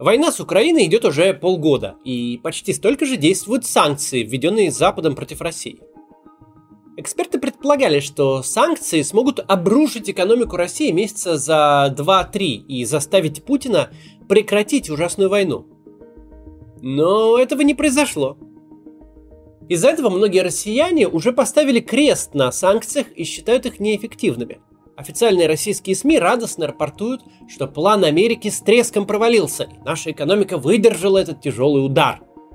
Война с Украиной идет уже полгода, и почти столько же действуют санкции, введенные Западом против России. Эксперты предполагали, что санкции смогут обрушить экономику России месяца за 2-3 и заставить Путина прекратить ужасную войну. Но этого не произошло. Из-за этого многие россияне уже поставили крест на санкциях и считают их неэффективными. Официальные российские СМИ радостно рапортуют, что план Америки с треском провалился, и наша экономика выдержала этот тяжелый удар.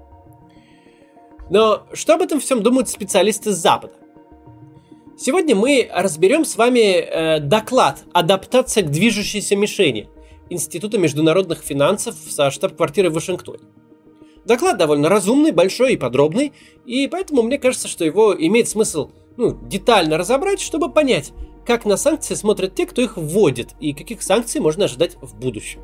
Но что об этом всем думают специалисты с Запада? Сегодня мы разберем с вами доклад «Адаптация к движущейся мишени» Института международных финансов со штаб-квартирой в Вашингтоне. Доклад довольно разумный, большой и подробный, и поэтому мне кажется, что его имеет смысл детально разобрать, чтобы понять, как на санкции смотрят те, кто их вводит, и каких санкций можно ожидать в будущем.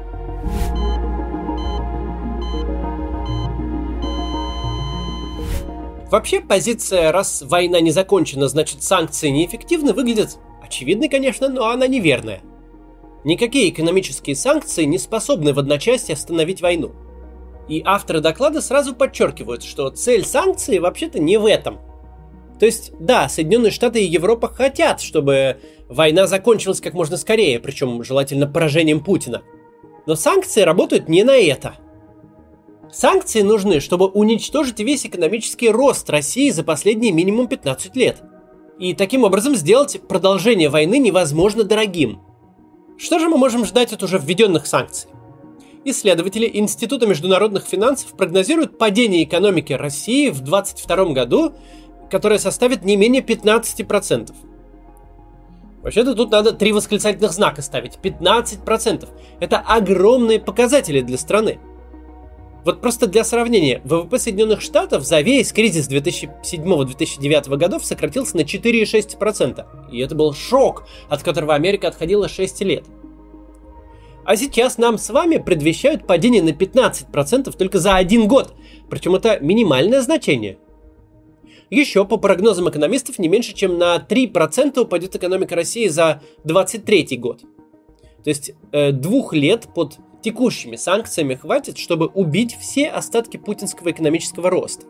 Вообще, позиция «раз война не закончена, значит санкции неэффективны» выглядит очевидной, конечно, но она неверная. Никакие экономические санкции не способны в одночасье остановить войну. И авторы доклада сразу подчеркивают, что цель санкций вообще-то не в этом. То есть, да, Соединенные Штаты и Европа хотят, чтобы война закончилась как можно скорее, причем желательно поражением Путина. Но санкции работают не на это. Санкции нужны, чтобы уничтожить весь экономический рост России за последние минимум 15 лет. И таким образом сделать продолжение войны невозможно дорогим. Что же мы можем ждать от уже введенных санкций? Исследователи Института международных финансов прогнозируют падение экономики России в 2022 году, которое составит не менее 15%. Вообще-то тут надо 3 восклицательных знака ставить. 15%. Это огромные показатели для страны. Вот просто для сравнения, ВВП Соединенных Штатов за весь кризис 2007-2009 годов сократился на 4,6%. И это был шок, от которого Америка отходила 6 лет. А сейчас нам с вами предвещают падение на 15% только за 1 год. Причем это минимальное значение. Еще, по прогнозам экономистов, не меньше, чем на 3% упадет экономика России за 2023 год. То есть 2 лет под текущими санкциями хватит, чтобы убить все остатки путинского экономического роста.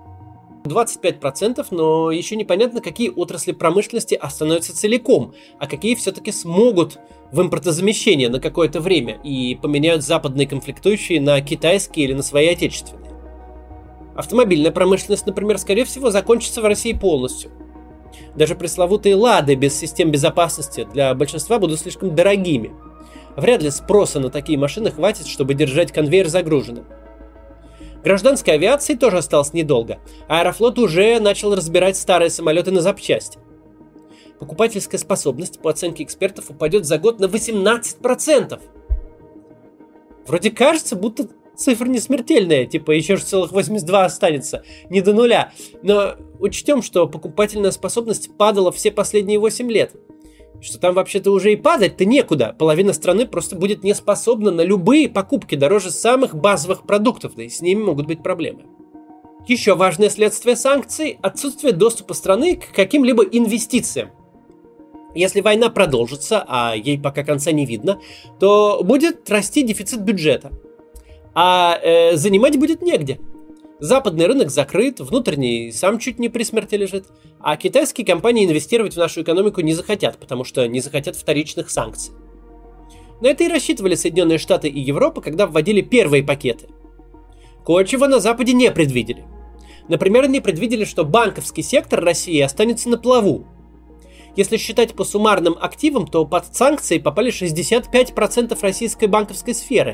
25%, но еще непонятно, какие отрасли промышленности остановятся целиком, а какие все-таки смогут в импортозамещение на какое-то время и поменяют западные конфликтующие на китайские или на свои отечественные. Автомобильная промышленность, например, скорее всего закончится в России полностью. Даже пресловутые «Лады» без систем безопасности для большинства будут слишком дорогими. Вряд ли спроса на такие машины хватит, чтобы держать конвейер загруженным. Гражданской авиации тоже осталось недолго. Аэрофлот уже начал разбирать старые самолеты на запчасти. Покупательская способность, по оценке экспертов, упадет за год на 18%. Вроде кажется, будто цифра не смертельная, типа еще же целых 82 останется, не до нуля. Но учтем, что покупательная способность падала все последние 8 лет. Что там вообще-то уже и падать-то некуда. Половина страны просто будет не способна на любые покупки дороже самых базовых продуктов, да и с ними могут быть проблемы. Еще важное следствие санкций – отсутствие доступа страны к каким-либо инвестициям. Если война продолжится, а ей пока конца не видно, то будет расти дефицит бюджета. А занимать будет негде. Западный рынок закрыт, внутренний сам чуть не при смерти лежит, а китайские компании инвестировать в нашу экономику не захотят, потому что не захотят вторичных санкций. На это и рассчитывали Соединенные Штаты и Европа, когда вводили первые пакеты. Кое-чего на Западе не предвидели. Например, они предвидели, что банковский сектор России останется на плаву. Если считать по суммарным активам, то под санкции попали 65% российской банковской сферы.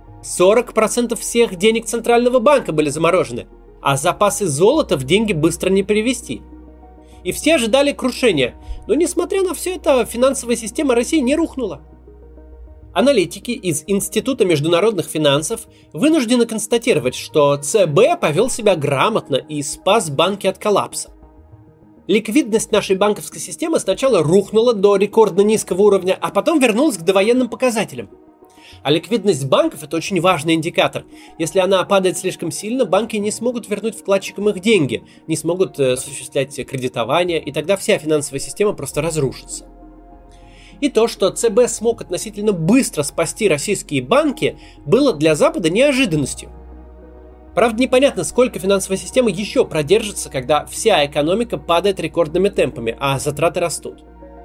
40% всех денег Центрального банка были заморожены, а запасы золота в деньги быстро не перевести. И все ожидали крушения, но несмотря на все это, финансовая система России не рухнула. Аналитики из Института международных финансов вынуждены констатировать, что ЦБ повел себя грамотно и спас банки от коллапса. Ликвидность нашей банковской системы сначала рухнула до рекордно низкого уровня, а потом вернулась к довоенным показателям. А ликвидность банков – это очень важный индикатор. Если она падает слишком сильно, банки не смогут вернуть вкладчикам их деньги, не смогут осуществлять кредитование, и тогда вся финансовая система просто разрушится. И то, что ЦБ смог относительно быстро спасти российские банки, было для Запада неожиданностью. Правда, непонятно, сколько финансовая система еще продержится, когда вся экономика падает рекордными темпами, а затраты растут.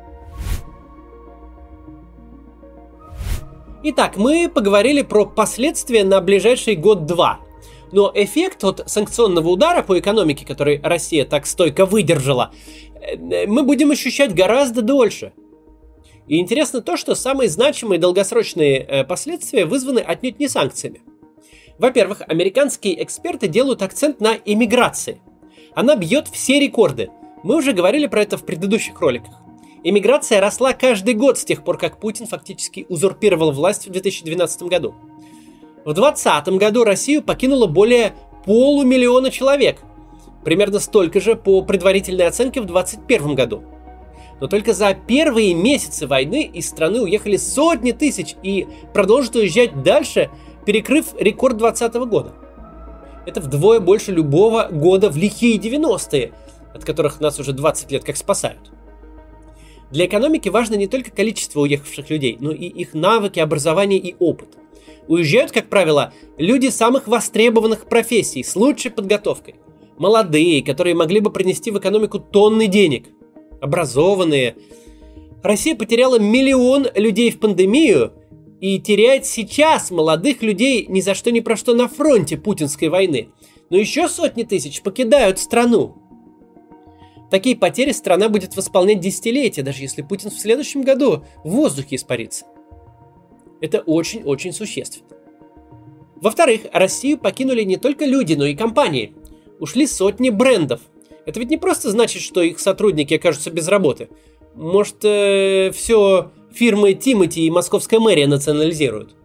Итак, мы поговорили про последствия на ближайший год-два. Но эффект от санкционного удара по экономике, который Россия так стойко выдержала, мы будем ощущать гораздо дольше. И интересно то, что самые значимые долгосрочные последствия вызваны отнюдь не санкциями. Во-первых, американские эксперты делают акцент на иммиграции. Она бьет все рекорды. Мы уже говорили про это в предыдущих роликах. Иммиграция росла каждый год с тех пор, как Путин фактически узурпировал власть в 2012 году. В 2020 году Россию покинуло более 500 000 человек. Примерно столько же по предварительной оценке в 2021 году. Но только за первые месяцы войны из страны уехали сотни тысяч и продолжат уезжать дальше, перекрыв рекорд 2020 года. Это вдвое больше любого года в лихие 90-е, от которых нас уже 20 лет как спасают. Для экономики важно не только количество уехавших людей, но и их навыки, образование и опыт. Уезжают, как правило, люди самых востребованных профессий, с лучшей подготовкой. Молодые, которые могли бы принести в экономику тонны денег. Образованные. Россия потеряла 1 миллион людей в пандемию и теряет сейчас молодых людей ни за что ни про что на фронте путинской войны. Но еще сотни тысяч покидают страну. Такие потери страна будет восполнять десятилетия, даже если Путин в следующем году в воздухе испарится. Это очень-очень существенно. Во-вторых, Россию покинули не только люди, но и компании. Ушли сотни брендов. Это ведь не просто значит, что их сотрудники окажутся без работы. Может, все фирмы Тимати и московская мэрия национализируют.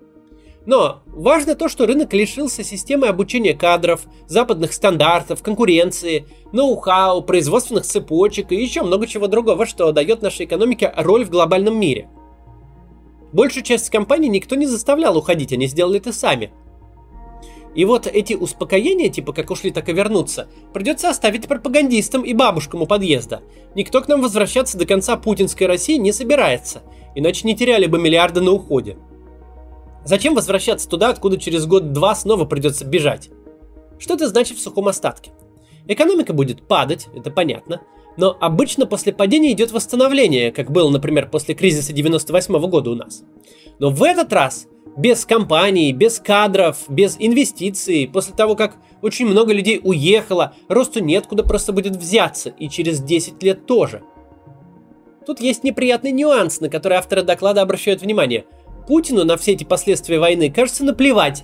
Но важно то, что рынок лишился системы обучения кадров, западных стандартов, конкуренции, ноу-хау, производственных цепочек и еще много чего другого, что дает нашей экономике роль в глобальном мире. Большую часть компаний никто не заставлял уходить, они сделали это сами. И вот эти успокоения, типа как ушли, так и вернутся, придется оставить пропагандистам и бабушкам у подъезда. Никто к нам возвращаться до конца путинской России не собирается, иначе не теряли бы миллиарды на уходе. Зачем возвращаться туда, откуда через год-два снова придется бежать? Что это значит в сухом остатке? Экономика будет падать, это понятно, но обычно после падения идет восстановление, как было, например, после кризиса 98 года у нас. Но в этот раз без компаний, без кадров, без инвестиций, после того, как очень много людей уехало, росту неоткуда просто будет взяться, и через 10 лет тоже. Тут есть неприятный нюанс, на который авторы доклада обращают внимание. Путину на все эти последствия войны, кажется, наплевать.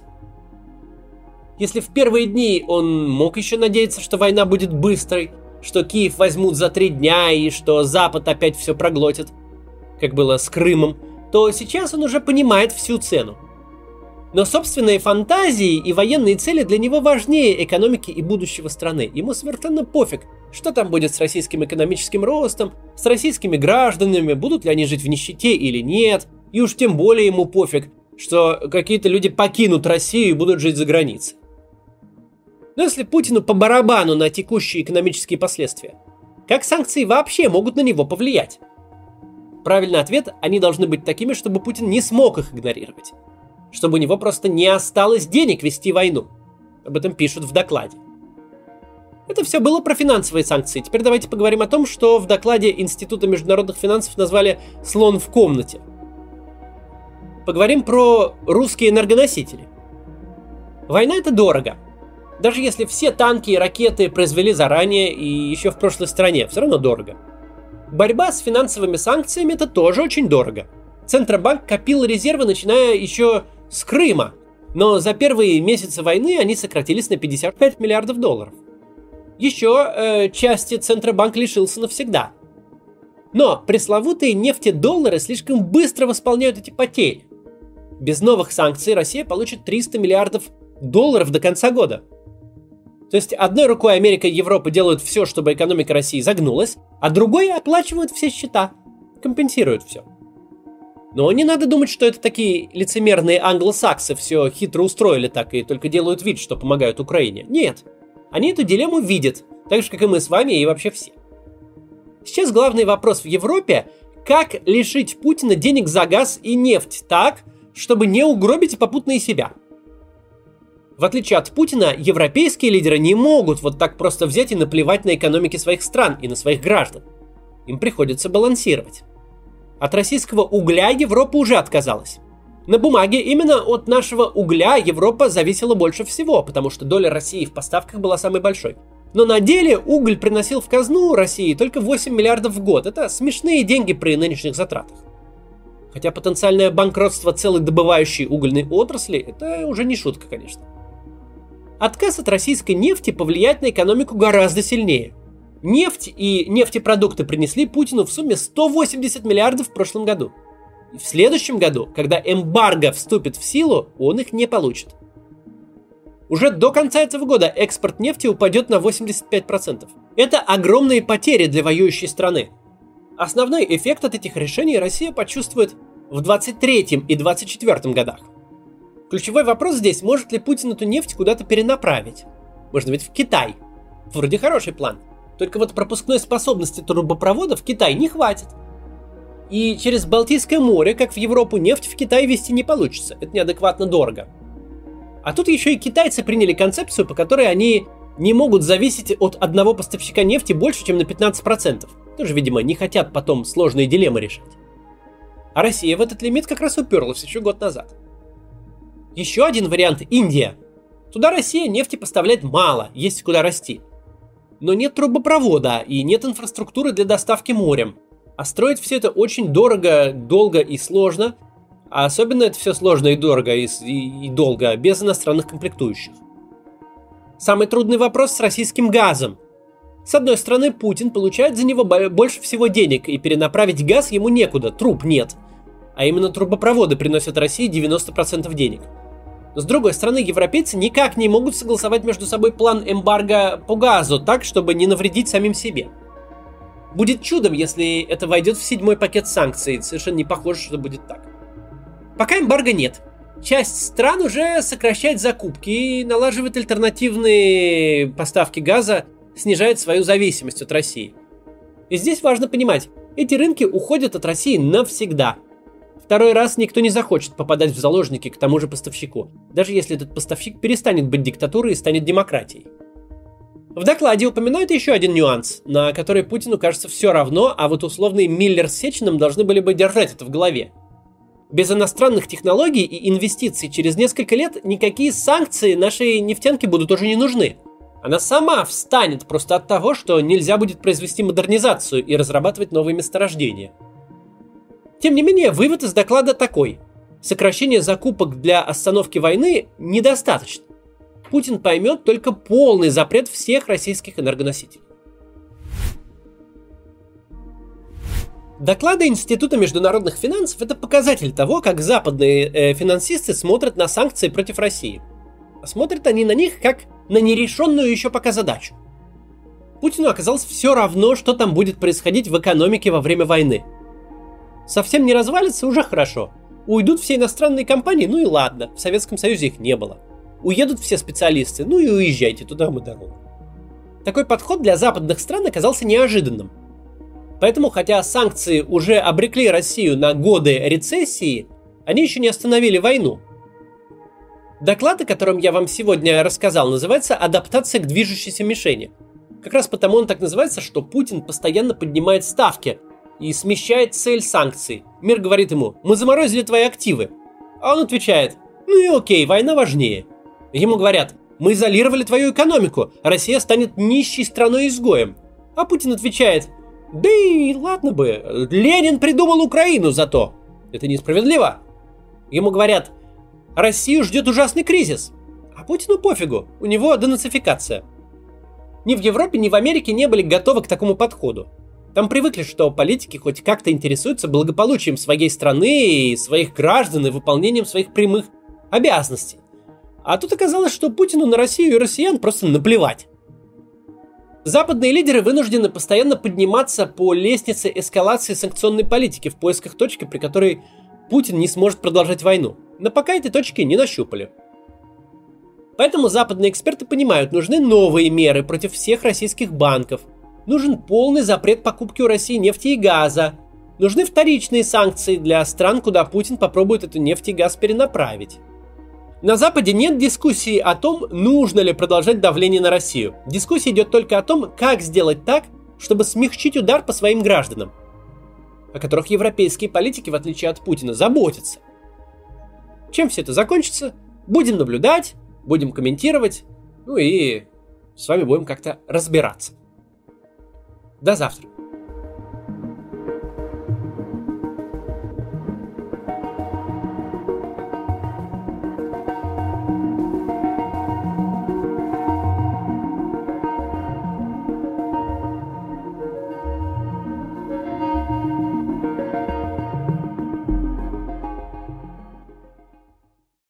Если в первые дни он мог еще надеяться, что война будет быстрой, что Киев возьмут за 3 дня и что Запад опять все проглотит, как было с Крымом, то сейчас он уже понимает всю цену. Но собственные фантазии и военные цели для него важнее экономики и будущего страны. Ему совершенно пофиг, что там будет с российским экономическим ростом, с российскими гражданами, будут ли они жить в нищете или нет. И уж тем более ему пофиг, что какие-то люди покинут Россию и будут жить за границей. Но если Путину по барабану на текущие экономические последствия, как санкции вообще могут на него повлиять? Правильный ответ – они должны быть такими, чтобы Путин не смог их игнорировать. Чтобы у него просто не осталось денег вести войну. Об этом пишут в докладе. Это все было про финансовые санкции. Теперь давайте поговорим о том, что в докладе Института международных финансов назвали «слон в комнате». Поговорим про русские энергоносители. Война – это дорого. Даже если все танки и ракеты произвели заранее и еще в прошлой стране, все равно дорого. Борьба с финансовыми санкциями – это тоже очень дорого. Центробанк копил резервы, начиная еще с Крыма. Но за первые месяцы войны они сократились на 55 миллиардов долларов. Еще части Центробанк лишился навсегда. Но пресловутые нефтедоллары слишком быстро восполняют эти потери. Без новых санкций Россия получит 300 миллиардов долларов до конца года. То есть одной рукой Америка и Европа делают все, чтобы экономика России загнулась, а другой оплачивают все счета, компенсируют все. Но не надо думать, что это такие лицемерные англосаксы все хитро устроили так и только делают вид, что помогают Украине. Нет, они эту дилемму видят, так же, как и мы с вами и вообще все. Сейчас главный вопрос в Европе – как лишить Путина денег за газ и нефть так, чтобы не угробить попутно и себя. В отличие от Путина, европейские лидеры не могут вот так просто взять и наплевать на экономики своих стран и на своих граждан. Им приходится балансировать. От российского угля Европа уже отказалась. На бумаге именно от нашего угля Европа зависела больше всего, потому что доля России в поставках была самой большой. Но на деле уголь приносил в казну России только 8 миллиардов в год. Это смешные деньги при нынешних затратах. Хотя потенциальное банкротство целой добывающей угольной отрасли – это уже не шутка, конечно. Отказ от российской нефти повлияет на экономику гораздо сильнее. Нефть и нефтепродукты принесли Путину в сумме 180 миллиардов в прошлом году. И в следующем году, когда эмбарго вступит в силу, он их не получит. Уже до конца этого года экспорт нефти упадет на 85%. Это огромные потери для воюющей страны. Основной эффект от этих решений Россия почувствует в 2023 и 2024 годах. Ключевой вопрос здесь, может ли Путин эту нефть куда-то перенаправить? Можно ведь в Китай. Вроде хороший план. Только вот пропускной способности трубопровода в Китай не хватит. И через Балтийское море, как в Европу, нефть в Китай везти не получится. Это неадекватно дорого. А тут еще и китайцы приняли концепцию, по которой они не могут зависеть от одного поставщика нефти больше, чем на 15%. Тоже, видимо, не хотят потом сложные дилеммы решать. А Россия в этот лимит как раз уперлась еще год назад. Еще один вариант – Индия. Туда Россия нефти поставляет мало, есть куда расти. Но нет трубопровода и нет инфраструктуры для доставки морем. А строить все это очень дорого, долго и сложно. А особенно это все сложно и дорого и долго без иностранных комплектующих. Самый трудный вопрос с российским газом. С одной стороны, Путин получает за него больше всего денег, и перенаправить газ ему некуда, труб нет. А именно трубопроводы приносят России 90% денег. Но с другой стороны, европейцы никак не могут согласовать между собой план эмбарго по газу так, чтобы не навредить самим себе. Будет чудом, если это войдет в 7-й пакет санкций, совершенно не похоже, что будет так. Пока эмбарго нет. Часть стран уже сокращает закупки и налаживает альтернативные поставки газа, снижает свою зависимость от России. И здесь важно понимать, эти рынки уходят от России навсегда. Второй раз никто не захочет попадать в заложники к тому же поставщику, даже если этот поставщик перестанет быть диктатурой и станет демократией. В докладе упоминают еще один нюанс, на который Путину кажется все равно, а вот условные Миллер с Сечиным должны были бы держать это в голове. Без иностранных технологий и инвестиций через несколько лет никакие санкции нашей нефтянке будут уже не нужны. Она сама встанет просто от того, что нельзя будет произвести модернизацию и разрабатывать новые месторождения. Тем не менее, вывод из доклада такой. Сокращение закупок для остановки войны недостаточно. Путин поймет только полный запрет всех российских энергоносителей. Доклады Института международных финансов – это показатель того, как западные финансисты смотрят на санкции против России. А смотрят они на них как на нерешенную еще пока задачу. Путину оказалось все равно, что там будет происходить в экономике во время войны. Совсем не развалится, уже хорошо. Уйдут все иностранные компании, ну и ладно, в Советском Союзе их не было. Уедут все специалисты, ну и уезжайте, туда мы дорогу. Такой подход для западных стран оказался неожиданным. Поэтому, хотя санкции уже обрекли Россию на годы рецессии, они еще не остановили войну. Доклад, о котором я вам сегодня рассказал, называется «Адаптация к движущейся мишени». Как раз потому он так называется, что Путин постоянно поднимает ставки и смещает цель санкций. Мир говорит ему: «Мы заморозили твои активы». А он отвечает: «Ну и окей, война важнее». Ему говорят: «Мы изолировали твою экономику, Россия станет нищей страной-изгоем». А Путин отвечает: «Да и ладно бы, Ленин придумал Украину зато». Это несправедливо. Ему говорят: «Россию ждет ужасный кризис». А Путину пофигу, у него денацификация. Ни в Европе, ни в Америке не были готовы к такому подходу. Там привыкли, что политики хоть как-то интересуются благополучием своей страны и своих граждан и выполнением своих прямых обязанностей. А тут оказалось, что Путину на Россию и россиян просто наплевать. Западные лидеры вынуждены постоянно подниматься по лестнице эскалации санкционной политики в поисках точки, при которой Путин не сможет продолжать войну. Но пока этой точки не нащупали. Поэтому западные эксперты понимают, нужны новые меры против всех российских банков. Нужен полный запрет покупки у России нефти и газа. Нужны вторичные санкции для стран, куда Путин попробует эту нефть и газ перенаправить. На Западе нет дискуссии о том, нужно ли продолжать давление на Россию. Дискуссия идет только о том, как сделать так, чтобы смягчить удар по своим гражданам, о которых европейские политики, в отличие от Путина, заботятся. Чем все это закончится, будем наблюдать, будем комментировать, и с вами будем как-то разбираться. До завтра.